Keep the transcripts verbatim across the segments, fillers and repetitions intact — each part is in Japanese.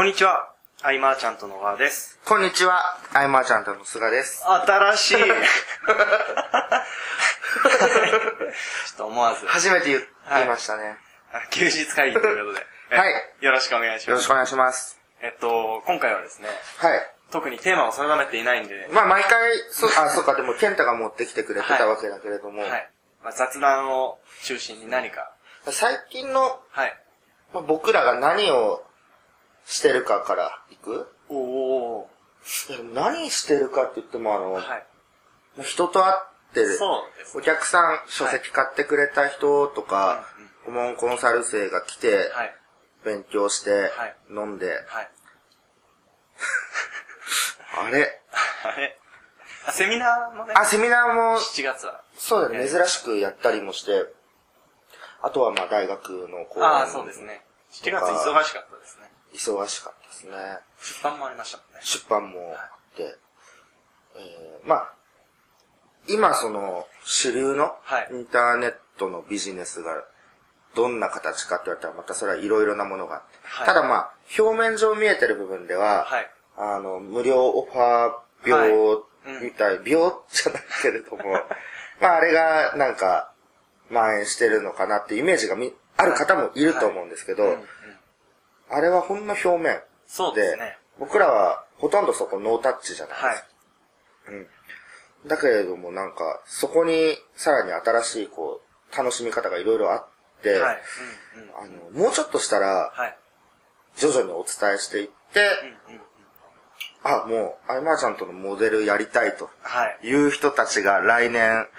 にちは、アイマーちゃんとのわです。 こんにちは、アイマーちゃんとのすがです。 新しいちょっと思わず初めて言いましたね、 はい、休日会議ということではい、 よろしくお願いします。 よろしくお願いします。 えっと今回はですね、 はい、 特にテーマを定めていないんで、 まあ毎回そあそうかでも健太が持ってきてくれてたわけだけれども、 はいはい、まあ、雑談を中心に何か最近の、 はい、 まあ、僕らが何をしてるかからいく。 おお。 何してるかって言ってもあの、 はい、 人と会ってる、 そうです、ね、 お客さん書籍買ってくれた人とか、顧問コンサル生が来て、はい、勉強して、はい、飲んで、はい、あれあれセミナーもね。 あ、セミナーも、 しちがつは。 そうだね、珍しくやったりもして、あとはまあ大学の講演。 ああ、そうですね。しちがつ忙しかったですね。 忙しかったですね。 出版もありましたもんね。 出版もあって、はい、えー、まあ、今その主流のインターネットのビジネスがどんな形かって言われたらまたそれはいろいろなものがあって、はい、ただまあ、表面上見えてる部分では、はい、あの、無料オファー病みたい、はいうん、病じゃないけれども、まああれがなんか蔓延してるのかなっていうイメージがみある方もいると思うんですけど、はいはいうんうんあれはほんの表面で、 そうですね、 僕らはほとんどそこノータッチじゃないですか。はい。うん。だけれどもなんか、そこにさらに新しいこう、楽しみ方がいろいろあって、はいうんうん、あの、もうちょっとしたら、はい、徐々にお伝えしていって、うんうんうん、あ、もう、アイマーちゃんとのモデルやりたいという人たちが来年、はい、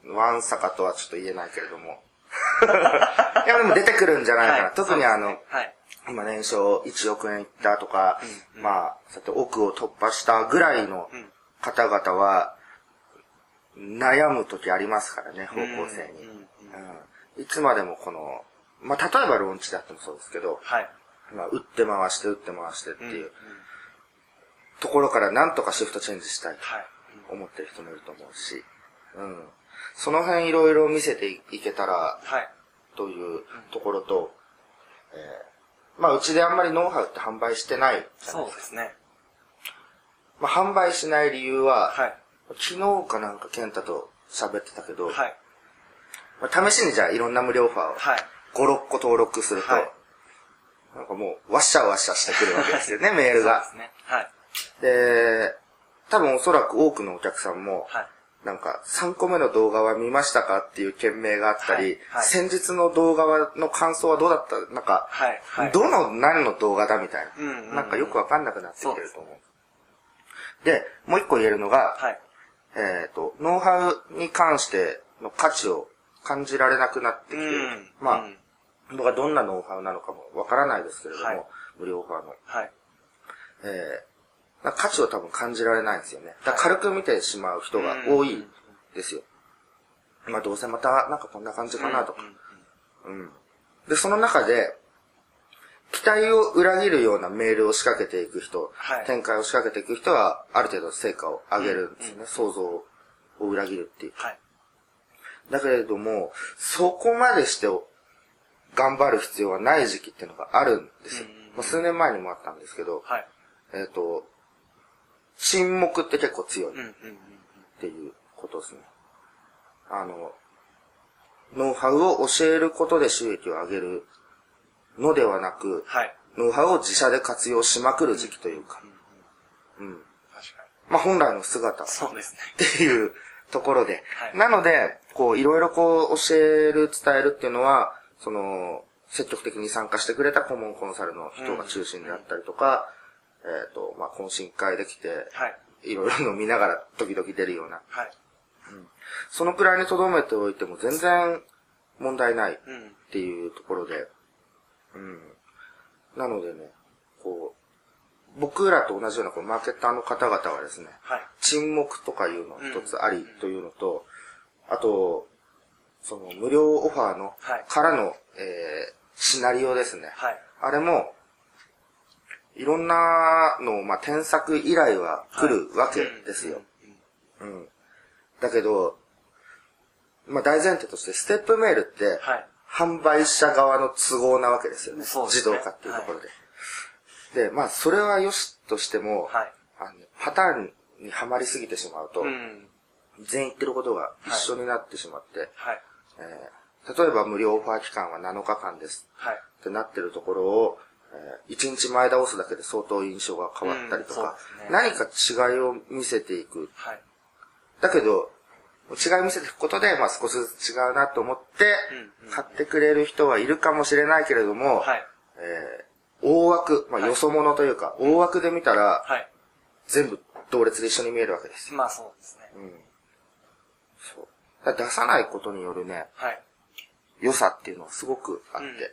ワンサカとはちょっと言えないけれども、いやでも出てくるんじゃないかな。はい、特にあの、ねはい、今年商いちおくえんいったとか、うんうん、まあ、そうやって億を突破したぐらいの方々は、悩む時ありますからね、方向性に。うんうんうん、いつまでもこの、まあ、例えばローンチだってもそうですけど、はい、まあ、打って回して打って回してっていう、うんうん、ところからなんとかシフトチェンジしたいと思ってる人もいると思うし、うん、その辺いろいろ見せていけたら、はいというところと、えー、まあうちであんまりノウハウって販売してないじゃないですか。 そうですね。 まあ販売しない理由は、はい、昨日かなんか健太と喋ってたけど、はいまあ、試しにじゃあいろんな無料オファーをご、ろっこ登録すると、はい、なんかもうワッシャーワッシャーしてくるわけですよね、メールが。そうですね。はい。で、多分おそらく多くのお客さんも、はいなんか、さんこめの動画は見ましたかっていう件名があったり、はいはい、先日の動画の感想はどうだったなんか、はいはい、どの何の動画だみたいな、うんうんうん。なんかよくわかんなくなってきてると思う。で、もう一個言えるのが、はい、えっと、ノウハウに関しての価値を感じられなくなってきている。うん、まあ、うん、僕はどんなノウハウなのかもわからないですけれども、はい、無料オファーの。はいえー価値を多分感じられないんですよね。だから軽く見てしまう人が多いですよ。まあどうせまたなんかこんな感じかなとか。うん。で、その中で、期待を裏切るようなメールを仕掛けていく人、はい、展開を仕掛けていく人はある程度成果を上げるんですよね。うんうん、想像を裏切るっていう。はい、だけれども、そこまでして頑張る必要はない時期っていうのがあるんですよ。うんうんうんまあ、数年前にもあったんですけど、はい、えっと、沈黙って結構強いっていうことですね。あの、ノウハウを教えることで収益を上げるのではなく、はい、ノウハウを自社で活用しまくる時期というか、うん。うん、確かに。まあ本来の姿そうですね。 っていうところで、はい、なので、こういろいろこう教える、伝えるっていうのは、その、積極的に参加してくれた顧問コンサルの人が中心であったりとか、うんうんえっ、ー、と、まあ、懇親会できて、はい。いろいろ飲みながら時々出るような。はい。うん。そのくらいに留めておいても全然問題ないっていうところで、うん。なのでね、こう、僕らと同じようなこうマーケッターの方々はですね、はい。沈黙とかいうの一つありというのと、うん、あと、その無料オファーの、はい。からの、えー、シナリオですね。はい。あれも、いろんなの、まあ、添削依頼は来るわけですよ。はい、うん。だけど、まあ、大前提としてステップメールって、はい、販売者側の都合なわけですよね。そうですね。自動化っていうところで。はで、まあ、それは良しとしても、 はい、 あのパターンにはまりすぎてしまうと、うん、全員言ってることが一緒になってしまって、はいえー、例えば無料オファー期間はなのかかんです、はい、ってなってるところを、えー、いちにちまえ倒すだけで相当印象が変わったりとか、うんね、何か違いを見せていく。はい、だけど、違いを見せていくことで、まあ少しずつ違うなと思って、買ってくれる人はいるかもしれないけれども、はいえー、大枠、まあよそ者というか、はい、大枠で見たら、はい、全部同列で一緒に見えるわけですよ。 まあそうですね。 うん。そう。だ出さないことによるね、はい、良さっていうのはすごくあって、うんうん、で、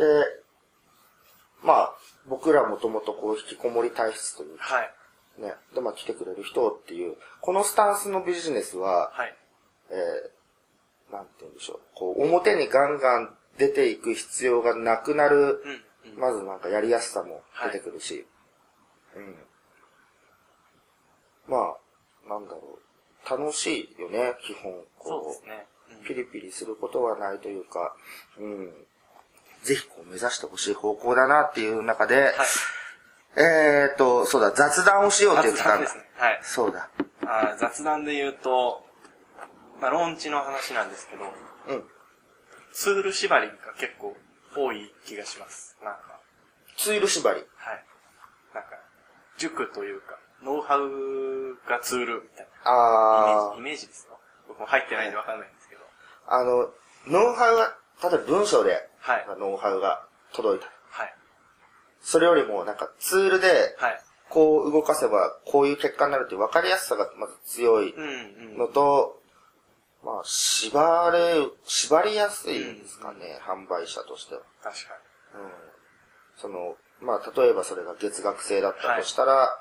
まあ、僕らもともとこう引きこもり体質というか、はい、ね、で、まあ来てくれる人っていう、このスタンスのビジネスは、はい、えー、なんて言うんでしょう、こう、表にガンガン出ていく必要がなくなる、うんうん、まずなんかやりやすさも出てくるし、はい、うん。まあ、なんだろう、楽しいよね、基本。こう、そうですね。うん、ピリピリすることはないというか、うん。ぜひこう目指してほしい方向だなっていう中で、はい、えーと、そうだ、雑談をしようって言ってたんだ。雑談ですね。はい。そうだ。 あ雑談で言うと、まあ、ローンチの話なんですけど、うん。ツール縛りが結構多い気がします。なんか。 ツール縛り？はい。 なんか、塾というか、ノウハウがツールみたいな。ああ。イメージ、イメージですよ。僕も入ってないんでわかんないんですけど。 あの、ノウハウは、例えば文章で、はい。ノウハウが届いた。はい。それよりも、なんかツールで、はい。こう動かせば、こういう結果になるっていう分かりやすさがまず強いのと、うんうん、まあ、縛れ、縛りやすいんですかね、うんうん、販売者としては。 確かに。うん。 その、まあ、例えばそれが月額制だったとしたら、はい、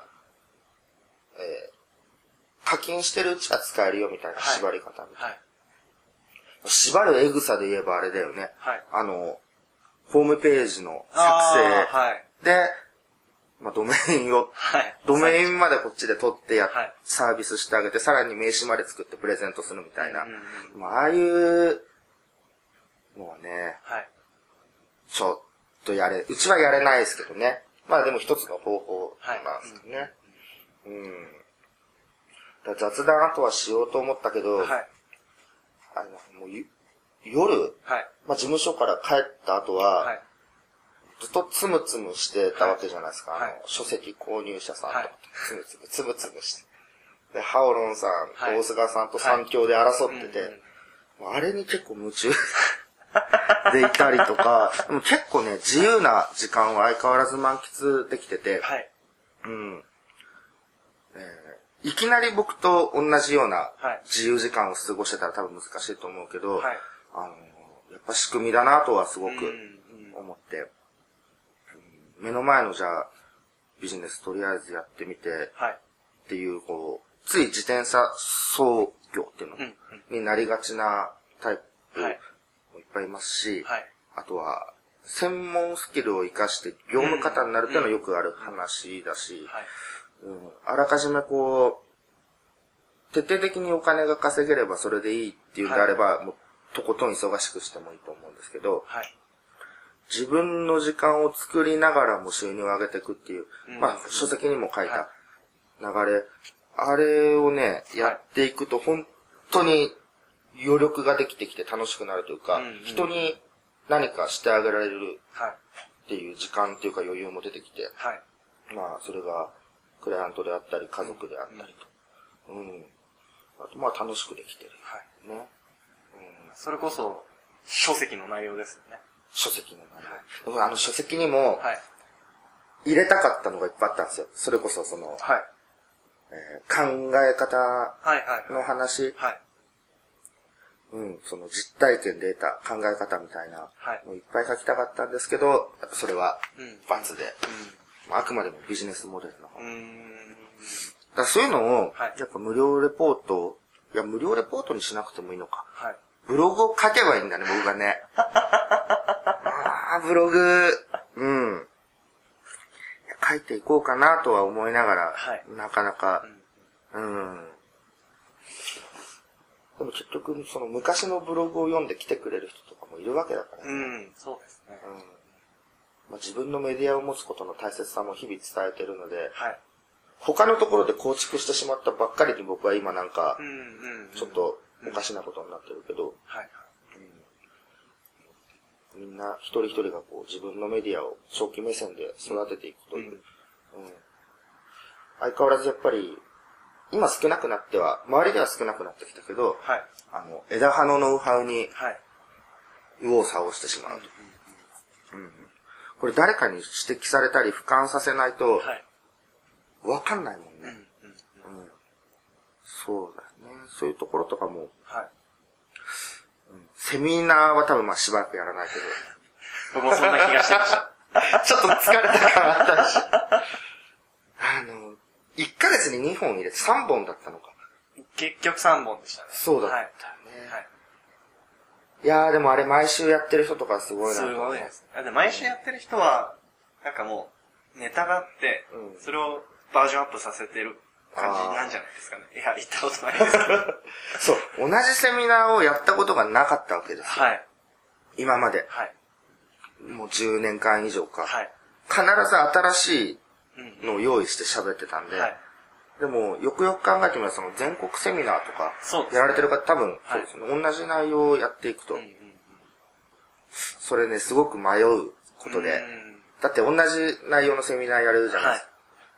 えー、課金してるうちは使えるよみたいな縛り方みたいな。はいはい、縛るエグさで言えばあれだよね。はい、あの、ホームページの作成で、はい、まあ、ドメインを、はい、ドメインまでこっちで取ってや、はい、サービスしてあげて、さらに名刺まで作ってプレゼントするみたいな。うんうんうん、まあ、ああいうのはね、はい、ちょっとやれ、うちはやれないですけどね。まあでも一つの方法なんですけどね。はい、うん、うん。だ雑談あとはしようと思ったけど、はい、あのもう夜、はい、まあ事務所から帰った後は、はい、ずっとつむつむしてたわけじゃないですか。はい、あの書籍購入者さんとか、はい、つむつむ、つむつむして。で、ハオロンさん、はい、大菅さんと三強で争ってて、はいうんうん、あれに結構夢中でいたりとか、でも結構ね、自由な時間は相変わらず満喫できてて、はい、うん、えー。いきなり僕と同じような自由時間を過ごしてたら多分難しいと思うけど、はい、あのやっぱ仕組みだなとはすごく思って、うん、目の前のじゃあビジネスとりあえずやってみて、はい、っていうこう、つい自転車操業っていうのになりがちなタイプもいっぱいいますし、はい、あとは専門スキルを活かして業務方になるっていうのはよくある話だし、はいうん、あらかじめこう、徹底的にお金が稼げればそれでいいっていうんであれば、はい、もうとことん忙しくしてもいいと思うんですけど、はい、自分の時間を作りながらも収入を上げていくっていう、うん、まあ書籍にも書いた流れ、はい、あれをね、やっていくと本当に余力ができてきて楽しくなるというか、うんうん、人に何かしてあげられるっていう時間っていうか余裕も出てきて、はい、まあそれがクライアントであったり、家族であったりと。うん。うん、あと、まあ、楽しくできてる。はい。ね。うん。 それこそ、書籍の内容ですよね。 書籍の内容。はい、あの、書籍にも、はい。入れたかったのがいっぱいあったんですよ。それこそ、その、はい。えー、考え方の話。はい。うん、その実体験で得た考え方みたいな、はい。いっぱい書きたかったんですけど、それは、罰で。うん。あくまでもビジネスモデルの方。うんだそういうのを、はい、やっぱ無料レポート、いや、無料レポートにしなくてもいいのか。はい、ブログを書けばいいんだね、僕がね。あー、ブログ、うん。書いていこうかなとは思いながら、はい、なかなか、うん、うん。でも結局、その昔のブログを読んで来てくれる人とかもいるわけだからね。うん、そうですね。 まあ、自分のメディアを持つことの大切さも日々伝えてるので、 はい、 他のところで構築してしまったばっかりに僕は今なんか、ちょっとおかしなことになってるけど、みんな一人一人がこう自分のメディアを長期目線で育てていくという、うんうん、相変わらずやっぱり、今少なくなっては、周りでは少なくなってきたけど、はい、あの、枝葉のノウハウに、右往左往してしまうと。うんうん、これ誰かに指摘されたり俯瞰させないと、わかんないもんね、うんうんうん。そうだね。そういうところとかも、はいうん、セミナーは多分まあしばらくやらないけど。 僕もそんな気がしてました。 ちょっと疲れた感あったし。あの、いっかげつににほん入れてさんぼんだったのか。 結局さんぼんでしたね。 そうだったよね。はいはいいやーでもあれ毎週やってる人とかすごいな。 すごいです。だって毎週やってる人は、なんかもう、ネタがあって、うん、それをバージョンアップさせてる感じなんじゃないですかね。いや、言ったことないですけど。 そう、同じセミナーをやったことがなかったわけですよ。はい。今まで。はい。もうじゅうねんかん以上か。はい。必ず新しいのを用意して喋ってたんで、うん、はい。でも、よくよく考えてみれば、その全国セミナーとか、やられてる方、多分、そうですね、はい、同じ内容をやっていくと、うんうんうん、それね、すごく迷うことで、だって同じ内容のセミナーやるじゃないですか。はい、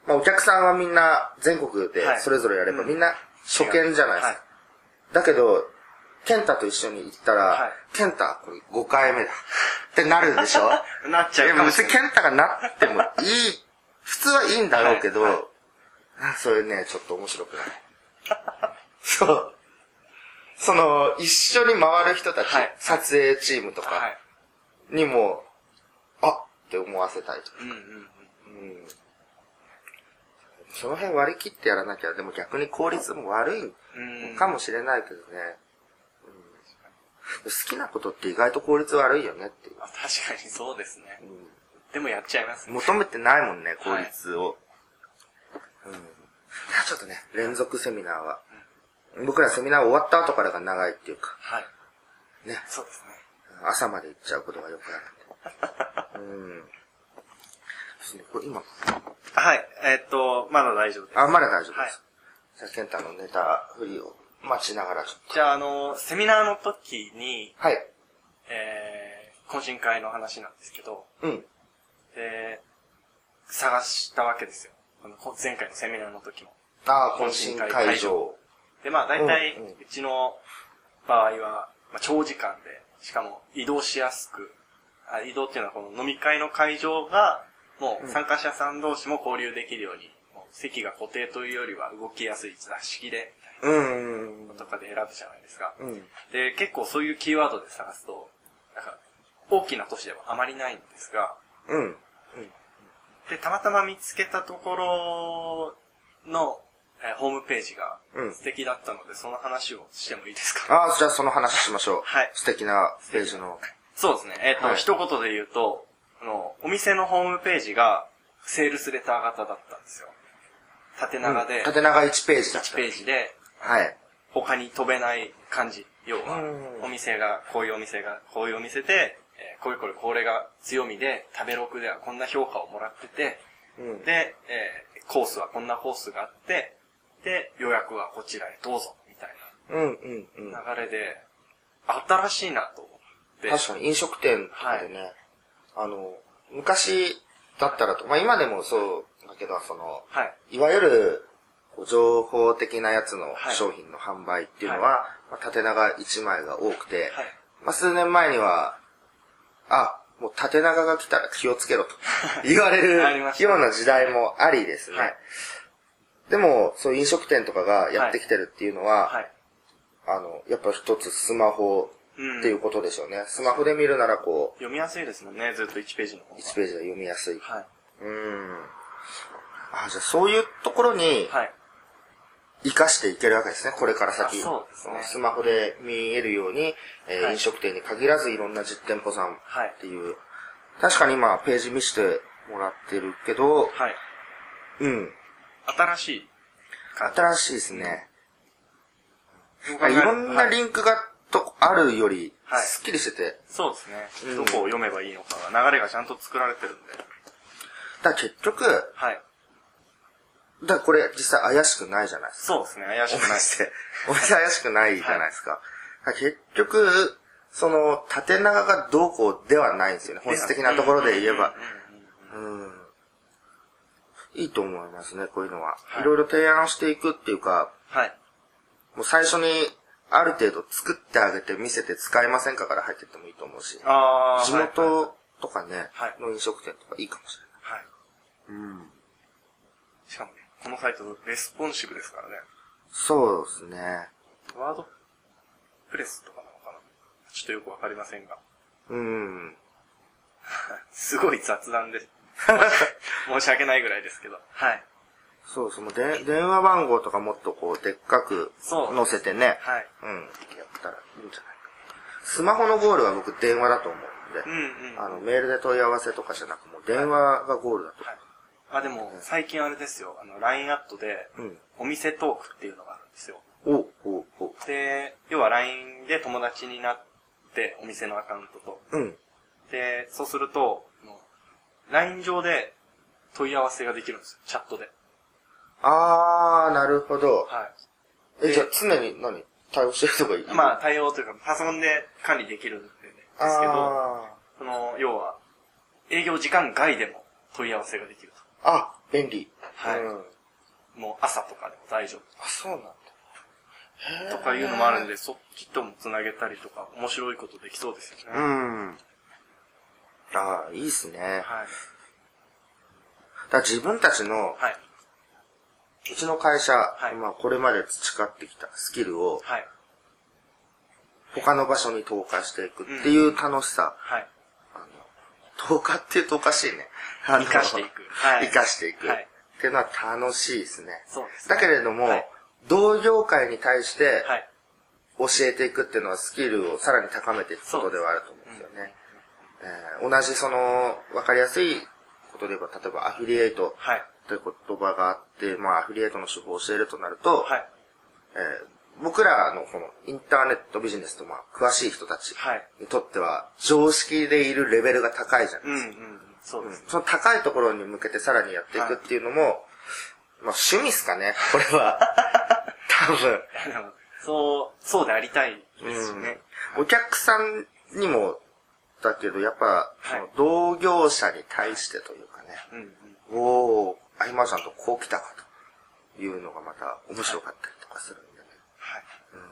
まあ、お客さんはみんな全国でそれぞれやれば、はい、みんな初見じゃないですか。はい、だけど、ケンタと一緒に行ったら、はい、ケンタ、これごかいめだ。ってなるでしょなっちゃうかもしれない。 別にケンタがなってもいい、普通はいいんだろうけど、はいはいそれね、ちょっと面白くない。そう。その、一緒に回る人たち、はい、撮影チームとかにも、はい、あって思わせたいとか、うんうんうん。その辺割り切ってやらなきゃ、でも逆に効率も悪いかもしれないけどね。うん、好きなことって意外と効率悪いよねっていう。 確かにそうですね。うん、でもやっちゃいますね。 求めてないもんね、効率を。はいうん、ちょっとね、連続セミナーは、うん、僕らセミナー終わった後からが長いっていうか、はい。 ね。そうですね。 朝まで行っちゃうことがよくあるんで。うん。これ今。 はい。えー、っと、まだ大丈夫です。 あ、まだ大丈夫です。はい、じゃあ、ケンタのネタ振りを待ちながらちょっと。 じゃあ、あの、セミナーの時に、 はい。 えー、懇親会の話なんですけど、うん。で、探したわけですよ。前回のセミナーの時も。 ああ、懇親会会場。 で、まあ大体、うちの場合は、まあ、長時間で、しかも移動しやすく、あ移動っていうのはこの飲み会の会場が、もう参加者さん同士も交流できるように、もう席が固定というよりは動きやすい座敷で、みたいなとかで選ぶじゃないですか。うん、で、結構そういうキーワードで探すと、なんか大きな都市ではあまりないんですが、うんうんで、たまたま見つけたところの、えー、ホームページが素敵だったので、うん、その話をしてもいいですか？ ああ、じゃあその話しましょう。はい。素敵なページの。 そうですね。えっ、ー、と、はい、一言で言うと、あの、お店のホームページがセールスレター型だったんですよ。縦長で。うん、 縦長いちページだった。 いちページで、はい。他に飛べない感じ。要は、お店が、こういうお店が、こういうお店で、これこれこれが強みで、食べログではこんな評価をもらってて、うん、で、えー、コースはこんなコースがあって、で、予約はこちらへどうぞ、みたいな流れで、新しいなと思って。 確かに飲食店とかでね、はい、あの、昔だったらと、まあ今でもそうだけど、その、はい、いわゆる情報的なやつの商品の販売っていうのは、はいまあ、縦長いちまいが多くて、はいまあ、数年前には、あ、もう縦長が来たら気をつけろと言われるような時代もありですね。はい、でも、そういう飲食店とかがやってきてるっていうのは、はい、あの、やっぱ一つスマホっていうことでしょうね。うん、スマホで見るならこう。読みやすいですもんね、ずっといちページの方が。 いちページが読みやすい。はい、うん。あ、じゃあそういうところに、はい生かしていけるわけですね、これから先。そうですね。スマホで見えるように、えーはい、飲食店に限らずいろんな実店舗さんっていう。はい、確かに今ページ見せてもらってるけど、はい。うん。 新しい。 新しいですね。いろんなリンクがとあるより、すっきりしてて、はい、 そうですね、うん。どこを読めばいいのかが、流れがちゃんと作られてるんで。 だから結局、はい。だからこれ実際怪しくないじゃないですか。 そうですね、怪しくない。お店、 お店怪しくないじゃないですか。はい、結局、その、縦長がどうこうではないんですよね。本質的なところで言えば。うん。いいと思いますね、こういうのは。はい、いろいろ提案していくっていうか、はい。もう最初に、ある程度作ってあげて見せて使えませんかから入っていってもいいと思うし。あ地元とかね、はい、の飲食店とかいいかもしれない。はい。うん。 しかもね、このサイトレスポンシブですからね。 そうですね。 ワードプレスとかなのかな、ちょっとよくわかりませんが。 うん。 すごい雑談で申し訳ないぐらいですけど。はい。 そうそう、で、電話番号とかもっとこう、でっかく載せてね。はい。うん。やったらいいんじゃないか。スマホのゴールは僕電話だと思うんで。うんうん。あの、メールで問い合わせとかじゃなく、もう電話がゴールだと。はい。 あ、でも、最近あれですよ。あの、ライン アットで、うん、お店トークっていうのがあるんですよ。 おおおで、要は ライン で友達になって、お店のアカウントと。うん。で、そうすると、ライン 上で問い合わせができるんですよ。チャットで。 あー、なるほど。はい。え、じゃあ常に何対応してる人がいい？ まあ、対応というか、パソコンで管理できるんですけど、その、要は、営業時間外でも問い合わせができると。 あ、便利。 はい。うん、もう朝とかでも大丈夫。 あ、そうなんだ。 とかいうのもあるんで、そっちともつなげたりとか、面白いことできそうですよね。 うん。ああ、いいっすね。はい。だから自分たちの、はい。うちの会社、はい、まあこれまで培ってきたスキルを、はい。他の場所に投下していくっていう楽しさ。うん、はい。あの、投下って言うとおかしいね。 生かしていく。 はい。生かしていく。はい。っていうのは楽しいですね。そうですね。だけれども、はい、同業界に対して、はい。教えていくっていうのはスキルをさらに高めていくことではあると思うんですよね。えー、同じその、わかりやすいことで言えば、例えばアフィリエイトという言葉があって、まあアフィリエイトの手法を教えるとなると、はい、えー、僕らのこのインターネットビジネスとまあ詳しい人たちにとっては、常識でいるレベルが高いじゃないですか。うんうん、そうですね、うん。その高いところに向けてさらにやっていくっていうのも、はい、まあ趣味っすかね、これは。多分。 そう、そうでありたいですね。 うん、お客さんにも、だけど、やっぱ、はい、その同業者に対してというかね、うんうん、おー、相馬さんとこう来たかというのがまた面白かったりとかするんでね。はい。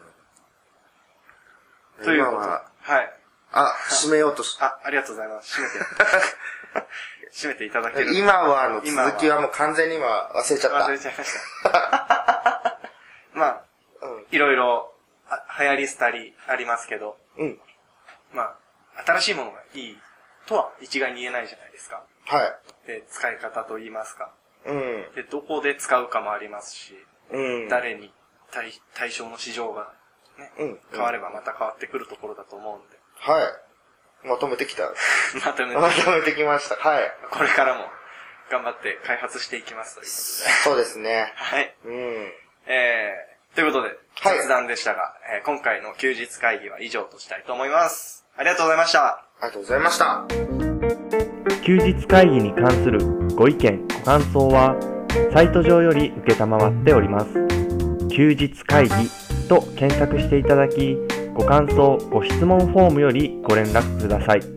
うん、ということは、はい。 あ、締めようとし、 あ、ありがとうございます。締めて。締めていただける。 今は、あの、続きはもう完全に今忘れちゃった。 忘れちゃいました。まあ、うん、いろいろ、流行り廃りありますけど、うん。まあ、新しいものがいいとは一概に言えないじゃないですか。はい。で、使い方と言いますか。うん。で、どこで使うかもありますし、うん。誰に対、対象の市場がね、うん。変わればまた変わってくるところだと思うんで。 はい。まとめてきた。 まとめてまとめてきました。はい。 これからも頑張って開発していきますということで。 そうですね。 はい。うん。えー、ということで、雑談でしたが、はい、えー、今回の休日会議は以上としたいと思います。ありがとうございました。 ありがとうございました。 休日会議に関するご意見、ご感想は、サイト上より受けたまわっております。休日会議と検索していただき、ご感想、ご質問フォームよりご連絡ください。